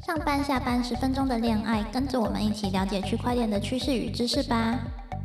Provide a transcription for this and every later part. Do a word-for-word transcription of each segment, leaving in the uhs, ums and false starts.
上班下班十分钟的恋爱，跟着我们一起了解区块链的趋势与知识吧。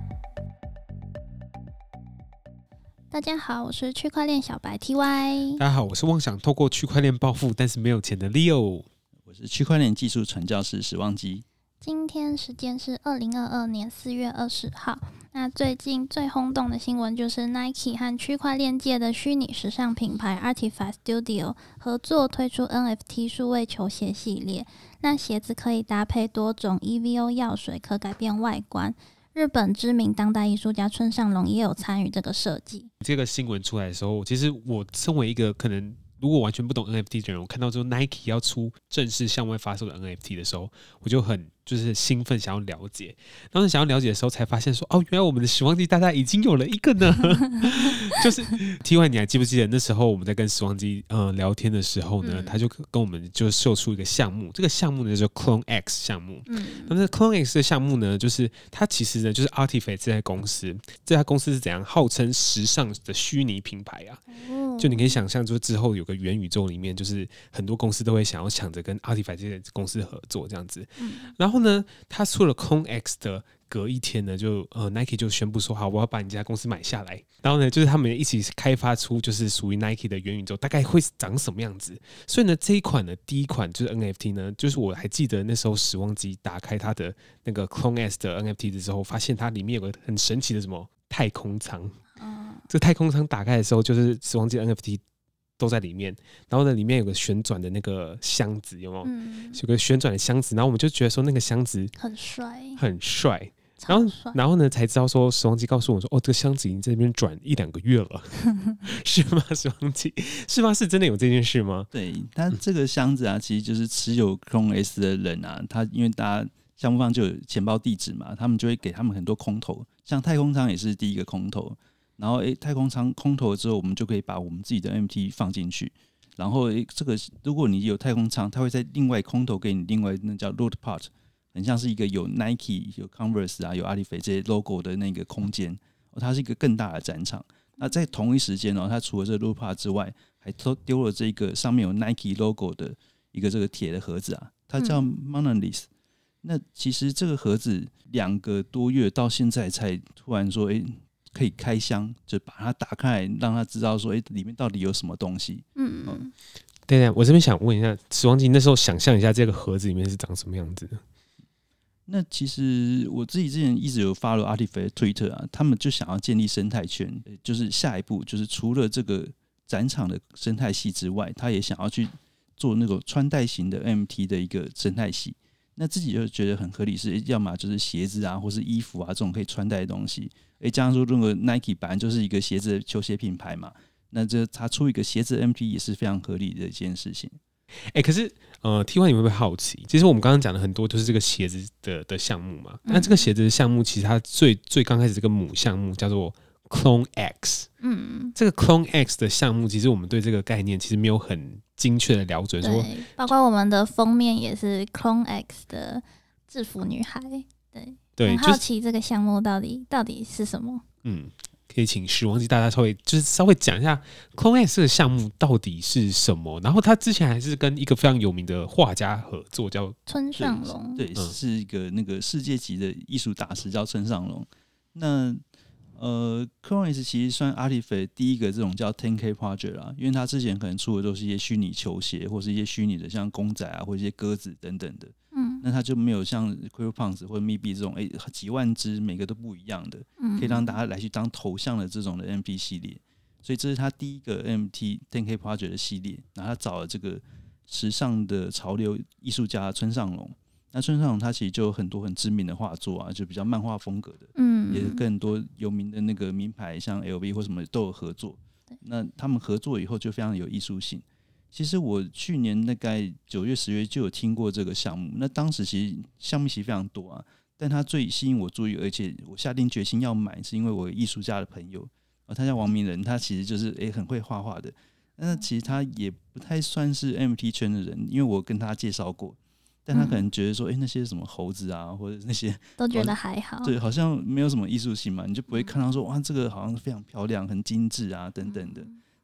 大家好，我是区块链小白 T Y。 大家好，我是妄想透过区块链暴富但是没有钱的 Leo。 我是区块链技术传教士史旺基。 今天时间是二零二二年四月二十号。那最近最轰动的新闻就是 Nike 和区块链界的虚拟时尚品牌 Artifact Studio 合作推出 N F T 数位球鞋系列。那鞋子可以搭配多种 E V O 药水，可改变外观。日本知名当代艺术家村上隆也有参与这个设计。 这个新闻出来的时候，其实我身为一个可能如果完全不懂 N F T 的人，我看到之后 Nike 要出正式向外发售的 N F T 的时候，我就很就是兴奋，想要了解。当时想要了解的时候，才发现说，哦，原来我们的时光机大大已经有了一个呢。就是 T Y， 你还记不记得那时候我们在跟时光机呃聊天的时候呢，嗯、他就跟我们就秀出一个项目，这个项目呢叫 Clone X 项目。嗯，那这 Clone X 的项目呢，就是它其实呢就是 Artifact 这家公司，这家公司是怎样号称时尚的虚拟品牌啊？嗯、就你可以想象，就是之后有个元宇宙里面，就是很多公司都会想要抢着跟 Artifact 这些公司合作这样子。嗯、然后呢，他出了 Clone X 的隔一天呢，就呃 Nike 就宣布说，好，我要把你家公司买下来。然后呢，就是他们一起开发出就是属于 Nike 的元宇宙，大概会长什么样子。所以呢，这一款呢，第一款就是 N F T 呢，就是我还记得那时候时光机打开它的那个 Clone X 的 N F T 的时候，发现它里面有个很神奇的什么太空舱。嗯、这个太空舱打开的时候，就是时光机 N F T。都在里面，然后呢，里面有个旋转的那个箱子，有没有？嗯、有个旋转的箱子，然后我们就觉得说那个箱子很帅， 很帅。然后，然后呢，才知道说，时光机告诉我说，哦，这个箱子已经在那边转一两个月了，是吗？时光机是吗？是真的有这件事吗？ 对，它这个箱子啊，其实就是持有 Clone S 的人啊，他因为大家项目方就有钱包地址嘛，他们就会给他们很多空投，像太空舱也是第一个空投。然后诶，太空舱空投了之后，我们就可以把我们自己的 N F T 放进去。然后诶，这个如果你有太空舱，它会在另外空投给你另外那叫 loot part， 很像是一个有 Nike、有 Converse 啊、有 Artifact 这些 logo 的那个空间、哦。它是一个更大的展场。那在同一时间哦，它除了这个 loot part 之外，还丢了这个上面有 Nike logo 的一个这个铁的盒子啊，它叫 Monolith、嗯。那其实这个盒子两个多月到现在才突然说，诶。可以开箱，就把它打开来，让他知道说，哎，里面到底有什么东西。嗯嗯。 对对，我这边想问一下，时光机那时候想象一下这个盒子里面是长什么样子的？ 那其实我自己之前一直有 follow Artifact Twitter 啊，他们就想要建立生态圈，就是下一步就是除了这个展场的生态系之外，他也想要去做那种穿戴型的 N F T 的一个生态系。那自己就觉得很合理，是要么就是鞋子啊，或是衣服啊这种可以穿戴的东西。诶，加上说，如果 Nike 本来就是一个鞋子的球鞋品牌嘛，那这他出一个鞋子 N F T 也是非常合理的一件事情。 欸、可是呃 T Y 你会不会好奇？其实我们刚刚讲的很多都是这个鞋子 的, 的项目嘛。那、嗯、这个鞋子的项目，其实它最最刚开始这个母项目叫做 Clone X。嗯，这个 Clone X 的项目，其实我们对这个概念其实没有很精确的了解。说， 包括我们的封面也是 Clone X 的制服女孩。对。对，很好奇这个项目到底、就是、到底是什么？嗯， 可以请时光机大家稍微就是稍微讲一下 Clone X 的项目到底是什么。然后他之前还是跟一个非常有名的画家合作，叫村上隆， 对，对、嗯，是一个那个世界级的艺术大师，叫村上隆。那呃 ，Clone X 其实算 Artifact 第一个这种叫 ten K project 啦，因为他之前可能出的都是一些虚拟球鞋，或是一些虚拟的像公仔啊，或者一些鸽子等等的。嗯，那他就没有像 CryptoPunks 或者 Meebee 这种，哎、欸，几万只每个都不一样的，可以让大家来去当头像的这种的 N F T 系列。所以这是他第一个 N F T ten K project 的系列。然后他找了这个时尚的潮流艺术家村上隆。那村上隆他其实就有很多很知名的画作啊，就比较漫画风格的，嗯，也有更多有名的那个名牌，像 L V 或什么都有合作。那他们合作以后就非常有艺术性。其实我去年大概九月十月就有听过这个项目，那当时其实项目其实非常多啊，但它最吸引我注意，而且我下定决心要买，是因为我有艺术家的朋友，他叫王明仁，他其实就是、欸、很会画画的，那其实他也不太算是 N F T 圈的人，因为我跟他介绍过，但他可能觉得说，哎、欸，那些什么猴子啊，或者那些都觉得还好， 对，好像没有什么艺术性嘛，你就不会看到说，哇，这个好像非常漂亮、很精致啊，等等的。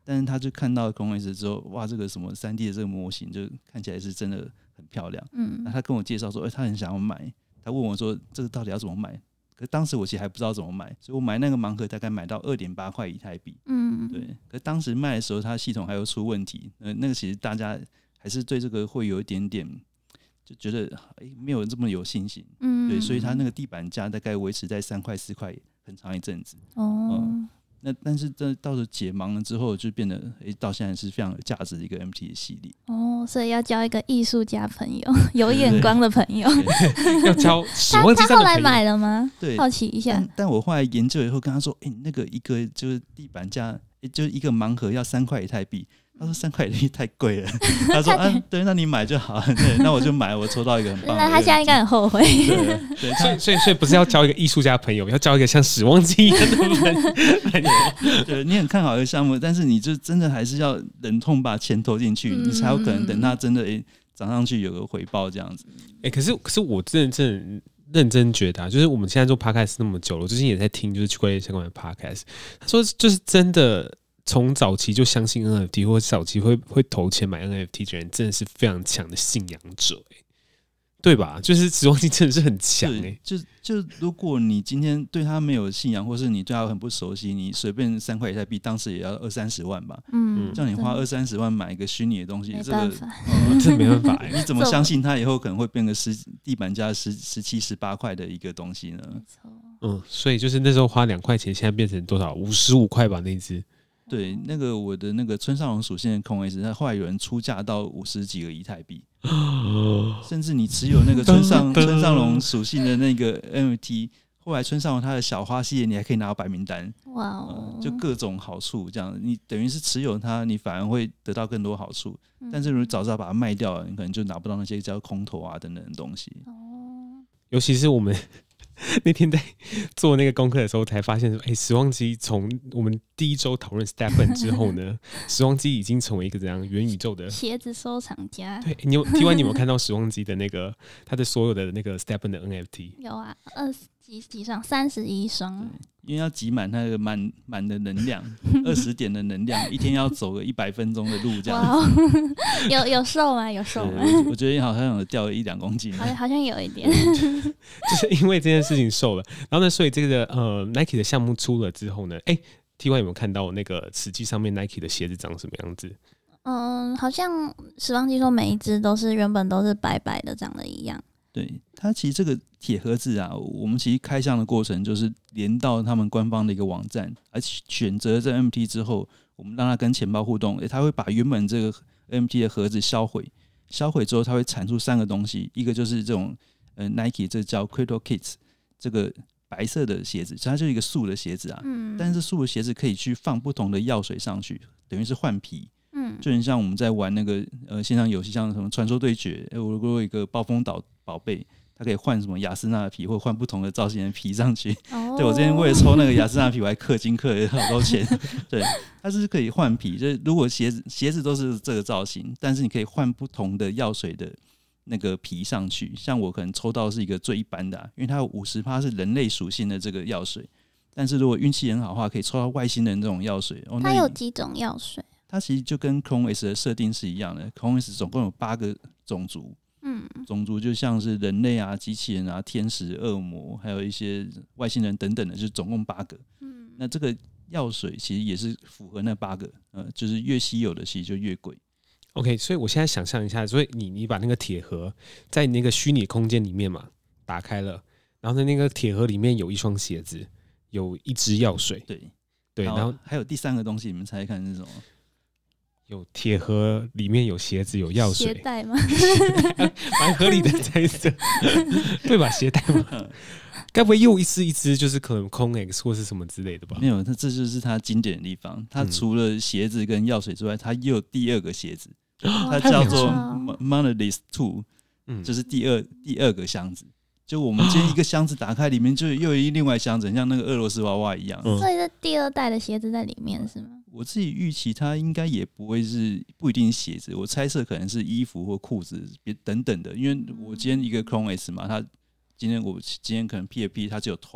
但是他就看到 Chrome O S 之后，哇，这个什么 三 D 的这个模型就看起来是真的很漂亮。嗯，那他跟我介绍说，哎、欸，他很想要买，他问我说这个到底要怎么买？可是当时我其实还不知道怎么买，所以我买那个盲盒大概买到 二点八块以太币。嗯，对。可是当时卖的时候，它系统还有出问题，呃，那个其实大家还是对这个会有一点点就觉得、欸、没有这么有信心。嗯，对，所以它那个地板价大概维持在三块四块很长一阵子。哦。嗯，那但是这到时候解盲了之后，就变得哎、欸，到现在是非常有价值的一个 M T 的系列。 哦，所以要交一个艺术家朋友，有眼光的朋友。 要交史旺基他他后来买了吗？ 对， 好奇一下。 但, 但我后来研究以后跟他说，哎、欸，那个一个就是地板价，欸、就是一个盲盒要三块以太币。他说三块以太币太贵了。他说啊，对，那你买就好。对，那我就买，我抽到一个很棒的。 那他现在应该很后悔。 对，对所以所以所以不是要交一个艺术家朋友，要交一个像史旺基一样的朋友。 对，你很看好一个项目，但是你就真的还是要忍痛把钱投进去，嗯、你才有可能等它真的哎涨、欸、上去有个回报这样子。 哎、欸，可是可是我真的真的认真觉得、啊，就是我们现在做 podcast 那么久了，我最近也在听就是区块链相关的 podcast， 他说就是真的。从早期就相信 N F T 或早期会会投钱买 N F T 的人，真的是非常强的信仰者、欸，对吧？就是史旺基真的是很强哎、欸。 就就如果你今天对他没有信仰，或是你对他很不熟悉，你随便三块以太币，当时也要二三十万吧。嗯，叫你花二三十万买一个虚拟的东西，这个哦，这没办法、欸。 你怎么相信他以后可能会变个十地板价十十七十八块的一个东西呢？没错。 嗯，所以就是那时候花两块钱，现在变成多少？五十五块吧，那一只。 对，那个我的那个村上隆属性的空 S， 它后来有人出价到五十几个以太币，甚至你持有那个村上村上隆属性的那个 N F T， 后来村上隆他的小花系列，你还可以拿到白名单，哇哦、呃，就各种好处这样，你等于是持有它，你反而会得到更多好处。嗯、但是如果早知道把它卖掉了，你可能就拿不到那些叫空投啊等等的东西。哦， 尤其是我们。那天在做那个功课的时候，才发现说，哎、欸，史旺基从我们第一周讨论 Stepn 之后呢，史旺基已经成为一个怎样元宇宙的鞋子收藏家。 对，你有 T Y， 你有没有看到史旺基的那个他的所有的那个 Stepn 的 N F T？ 有啊，二十几几双，三十一双。 因为要集满它的满满的能量，二十点的能量，一天要走个一百分钟的路这样子。 Wow 有有瘦吗？有瘦吗？ 我觉得好像有掉了一两公斤， 好像好像有一点。 就是因为这件事情瘦了，然后呢，所以这个呃 Nike 的项目出了之后呢，哎、欸、，T Y 有没有看到那个实际上面 Nike 的鞋子长什么样子？ 嗯，好像史旺基说每一只都是原本都是白白的，长得一样。 对，它其实这个铁盒子啊，我们其实开箱的过程就是连到他们官方的一个网站，而选择这 N F T 之后，我们让它跟钱包互动，欸、它会把原本这个 N F T 的盒子销毁，销毁之后它会产出三个东西，一个就是这种呃 Nike 这叫 Crypto Kits 这个白色的鞋子，它就是一个素的鞋子啊，嗯、但是素的鞋子可以去放不同的药水上去，等于是换皮。嗯，就很像我们在玩那个呃线上游戏，像什么传说对决，欸、我如果有一个暴风岛宝贝，它可以换什么雅斯娜的皮，或换不同的造型的皮上去。哦、对我之前为了抽那个雅斯娜皮，我还氪金氪了好多钱。对，它是可以换皮，就是如果鞋子鞋子都是这个造型，但是你可以换不同的药水的那个皮上去。像我可能抽到是一个最一般的、啊，因为它有 百分之五十 是人类属性的这个药水，但是如果运气很好的话，可以抽到外星人这种药水。哦、 它有几种药水？ 它其实就跟 Chrome S 的设定是一样的 ，Chrome S 总共有八个种族，嗯，种族就像是人类啊、机器人啊、天使、恶魔，还有一些外星人等等的，就总共八个。嗯，那这个药水其实也是符合那八个，呃，就是越稀有的其实就越贵。 OK， 所以我现在想象一下，所以你你把那个铁盒在那个虚拟空间里面嘛打开了，然后在那个铁盒里面有一双鞋子，有一支药水， 对对，然后还有第三个东西，你们猜猜看是什么？ 有铁盒，里面有鞋子，有药水， 鞋带吗？ 蛮合理的猜测，对吧？鞋带吗？该不会又一只一只就是可能空 X 或是什么之类的吧？ 没有，那这就是它经典的地方。它除了鞋子跟药水之外，它又有第二个鞋子，它叫做 Monolith Two， 就是第二第二个箱子。就我们今天一个箱子打开，里面就又有另外一箱子，像那个俄罗斯娃娃一样。 所以是第二代的鞋子在里面是吗？ 我自己预期它应该也不会是不一定是鞋子，我猜测可能是衣服或裤子等等的，因为我今天一个 Chrome S 嘛，它今天我今天可能 P F P 它只有头，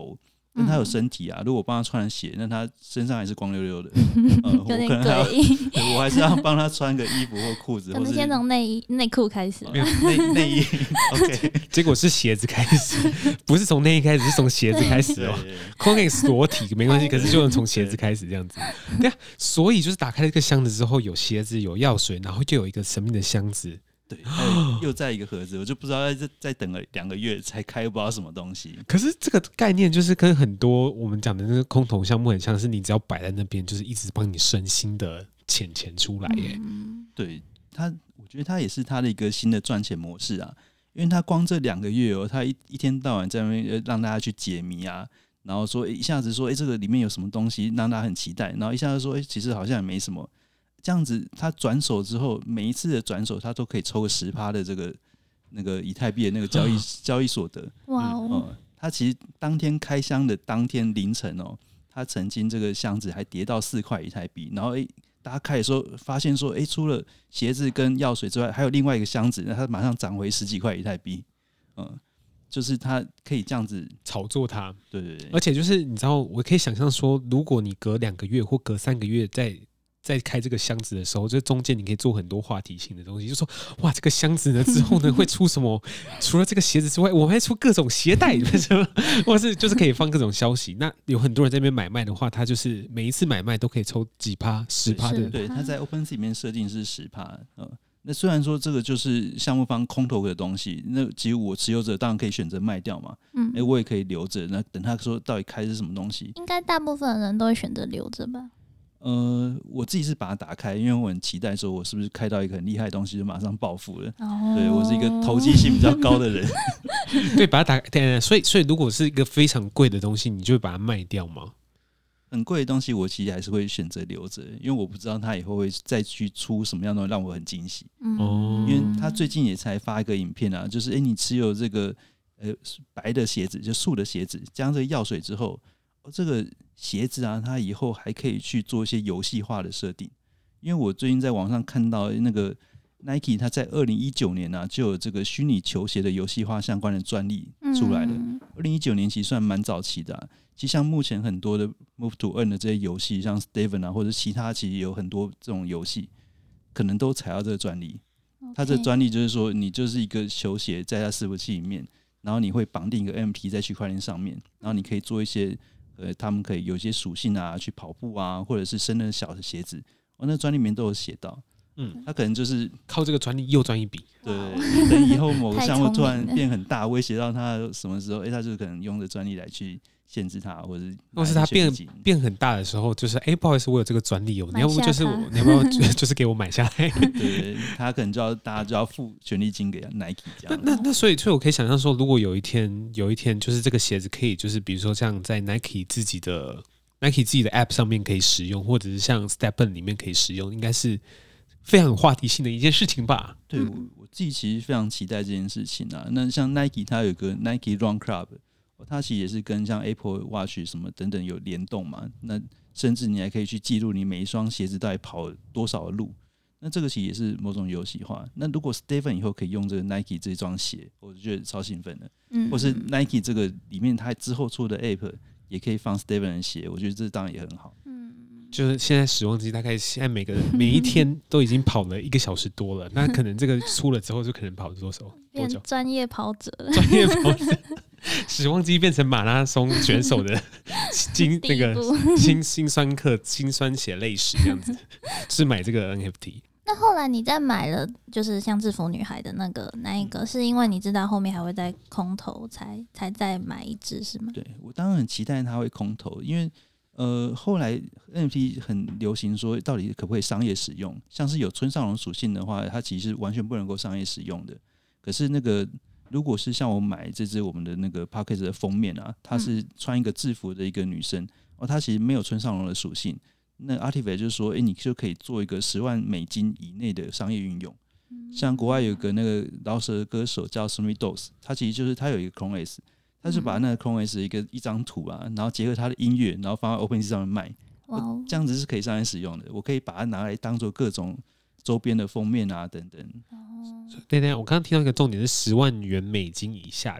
但他有身体啊，如果我帮他穿了鞋，那他身上还是光溜溜的，呃、我有点可能还要诡异， 我还是要帮他穿个衣服或裤子， 可或是能先从内衣内裤开始吧。 内内衣，OK， 结果是鞋子开始，不是从内衣开始，是从鞋子开始哦。Connex 裸体没关系，可是就能从鞋子开始这样子。对啊，所以就是打开了这个箱子之后，有鞋子，有药水，然后就有一个神秘的箱子。 对，还有又在一个盒子，我就不知道再再等了两个月才开，不知道什么东西。 可是这个概念就是跟很多我们讲的那个空投项目很像，是你只要摆在那边，就是一直帮你生新的钱钱出来耶。 嗯、 对他，我觉得他也是他的一个新的赚钱模式啊，因为他光这两个月哦，他一一天到晚在那边让大家去解谜啊，然后说一下子说，哎、欸，这个里面有什么东西，让大家很期待，然后一下子说，哎、欸，其实好像也没什么。这样子，他转手之后，每一次的转手，他都可以抽个十趴的这个那个以太币的那个交易交易所得。 哇哦、 嗯！他其实当天开箱的当天凌晨哦，他曾经这个箱子还跌到四块以太币，然后诶，大家开始说发现说，诶，除了鞋子跟药水之外，还有另外一个箱子，那他马上涨回十几块以太币。嗯，就是他可以这样子炒作它。 对对对， 而且就是你知道，我可以想象说，如果你隔两个月或隔三个月再在开这个箱子的时候，这中间你可以做很多话题性的东西，就说哇，这个箱子呢之后呢会出什么？除了这个鞋子之外，我们还出各种鞋带，或是就是可以放各种消息。那有很多人在那边买卖的话，他就是每一次买卖都可以抽几趴、十趴的。 对，他在 OpenSea 里面设定是十趴。嗯，那虽然说这个就是项目方空投的东西，那其实我持有者当然可以选择卖掉嘛。嗯，哎，我也可以留着。那等他说到底开是什么东西， 应该大部分人都会选择留着吧。 呃，我自己是把它打开，因为我很期待说，我是不是开到一个很厉害的东西就马上暴富了。哦、对我是一个投机性比较高的人。 对，把它打开，所以所以如果是一个非常贵的东西，你就会把它卖掉吗？ 很贵的东西，我其实还是会选择留着，因为我不知道它以后会再去出什么样的让我很惊喜。嗯，因为他最近也才发一个影片啊，就是哎、欸，你持有这个呃白的鞋子，就素的鞋子，加上这个药水之后。这个鞋子啊，它以后还可以去做一些游戏化的设定。因为我最近在网上看到那个 Nike， 它在二零一九年啊就有这个虚拟球鞋的游戏化相关的专利出来了。二零一九年其实算蛮早期的、啊。其实像目前很多的 Move to Earn 的这些游戏，像 Steven 啊或者其他，其实有很多这种游戏，可能都采到这个专利。Okay. 它这个专利就是说，你就是一个球鞋在它伺服器里面，然后你会绑定一个 N F T 在区块链上面，然后你可以做一些。呃，他们可以有一些属性啊，去跑步啊，或者是生的小的鞋子，哦，那专利里面都有写到。嗯，他可能就是靠这个专利又赚一笔。 对，等以后某个项目突然变很大，威胁到他什么时候，哎、欸，他就可能用这专利来去限制他，或者是或是他变变很大的时候，就是哎、欸，不好意思，我有这个专利哦，你要不就是我，你要不要就是给我买下来？ 对，他可能就要大家就要付权利金给 Nike 这样。 那那那所以，所以我可以想象说，如果有一天，有一天就是这个鞋子可以，就是比如说像在 Nike 自己的 Nike 自己的 App 上面可以使用，或者是像 Stepen 里面可以使用，应该是非常有话题性的一件事情吧？ 对，我我自己其实非常期待这件事情啊。那像 Nike 它有个 Nike Run Club。它其实也是跟像 Apple Watch 什么等等有联动嘛，那甚至你还可以去记录你每一双鞋子到底跑了多少的路，那这个其实也是某种游戏化。那如果 Steven 以后可以用这个 Nike 这双鞋，我就觉得超兴奋的。嗯，或是 Nike 这个里面它之后出的 App 也可以放 Steven 的鞋，我觉得这当然也很好。嗯， 就是现在时光机大概现在每个每一天都已经跑了一个小时多了，那可能这个出了之后就可能跑多少多久？ 专业跑者了， 专业跑者。时光机变成马拉松选手的辛那个辛辛酸课、辛酸血泪史这样子，是买这个 N F T。 那后来你在买了，就是像制服女孩的那个那一个，是因为你知道后面还会再空投才才再买一只是吗？ 对，我当然很期待它会空投，因为呃后来 N F T 很流行说到底可不可以商业使用，像是有村上隆属性的话，它其实是完全不能够商业使用的。可是那个如果是像我买这支我们的那个 Podcast 的封面啊，她是穿一个制服的一个女生，哦，她其实没有村上隆的属性。那 Artifact 就是说，哎、欸，你就可以做一个十万美金以内的商业运用。像国外有个那个饶舌歌手叫 Snoop Dogg， 他其实就是他有一个 Clone S， 他就把那个 Clone S 一个一张图啊，然后结合他的音乐，然后放在 OpenSea 上面卖。Wow. 这样子是可以商业使用的，我可以把它拿来当做各种周边的封面啊等等。 对对，我刚刚听到一个重点是十万元美金以下的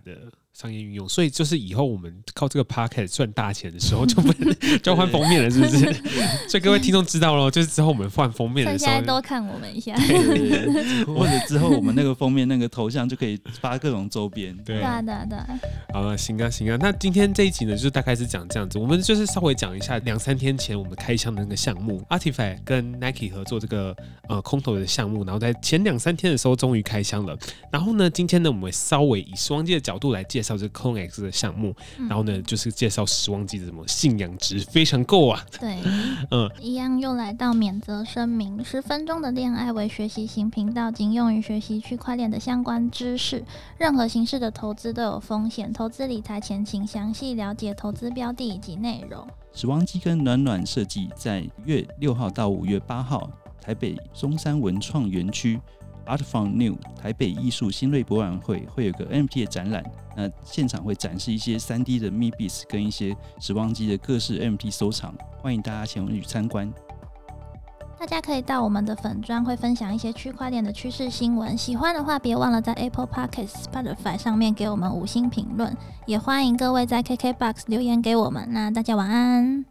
商业运用，所以就是以后我们靠这个 podcast 赚大钱的时候，就不能就要换封面了，是不是？所以各位听众知道咯，就是之后我们换封面的时候， 现在多看我们一下， 对，或者之后我们那个封面那个头像就可以发各种周边。 对对啊对啊对啊。 好了，行啊行啊，那今天这一集呢，就是大概是讲这样子，我们就是稍微讲一下两三天前我们开箱的那个项目 ，Artifact 跟 Nike 合作这个呃空投的项目，然后在前两三天的时候终于开箱了。然后呢，今天呢，我们稍微以时光机的角度来介绍这个 Clone X 的项目， 嗯、 然后呢，就是介绍时光机的什么信仰值非常够啊。 对， 嗯， 一样又来到免责声明：十分钟的恋爱为学习型频道，仅用于学习区块链的相关知识。任何形式的投资都有风险，投资理财前请详细了解投资标的以及内容。 时光机跟暖暖设计在月六号到五月八号，台北松山文创园区 Art from New 台北艺术新锐博览会会有个 N F T 的展览，那现场会展示一些 三 D 的 MeBits 跟一些时光机的各式 N F T 收藏，欢迎大家前往去参观。 大家可以到我们的粉专，会分享一些区块链的趋势新闻。喜欢的话，别忘了在 Apple Podcast、Spotify 上面给我们五星评论，也欢迎各位在 K K B O X 留言给我们。那大家晚安。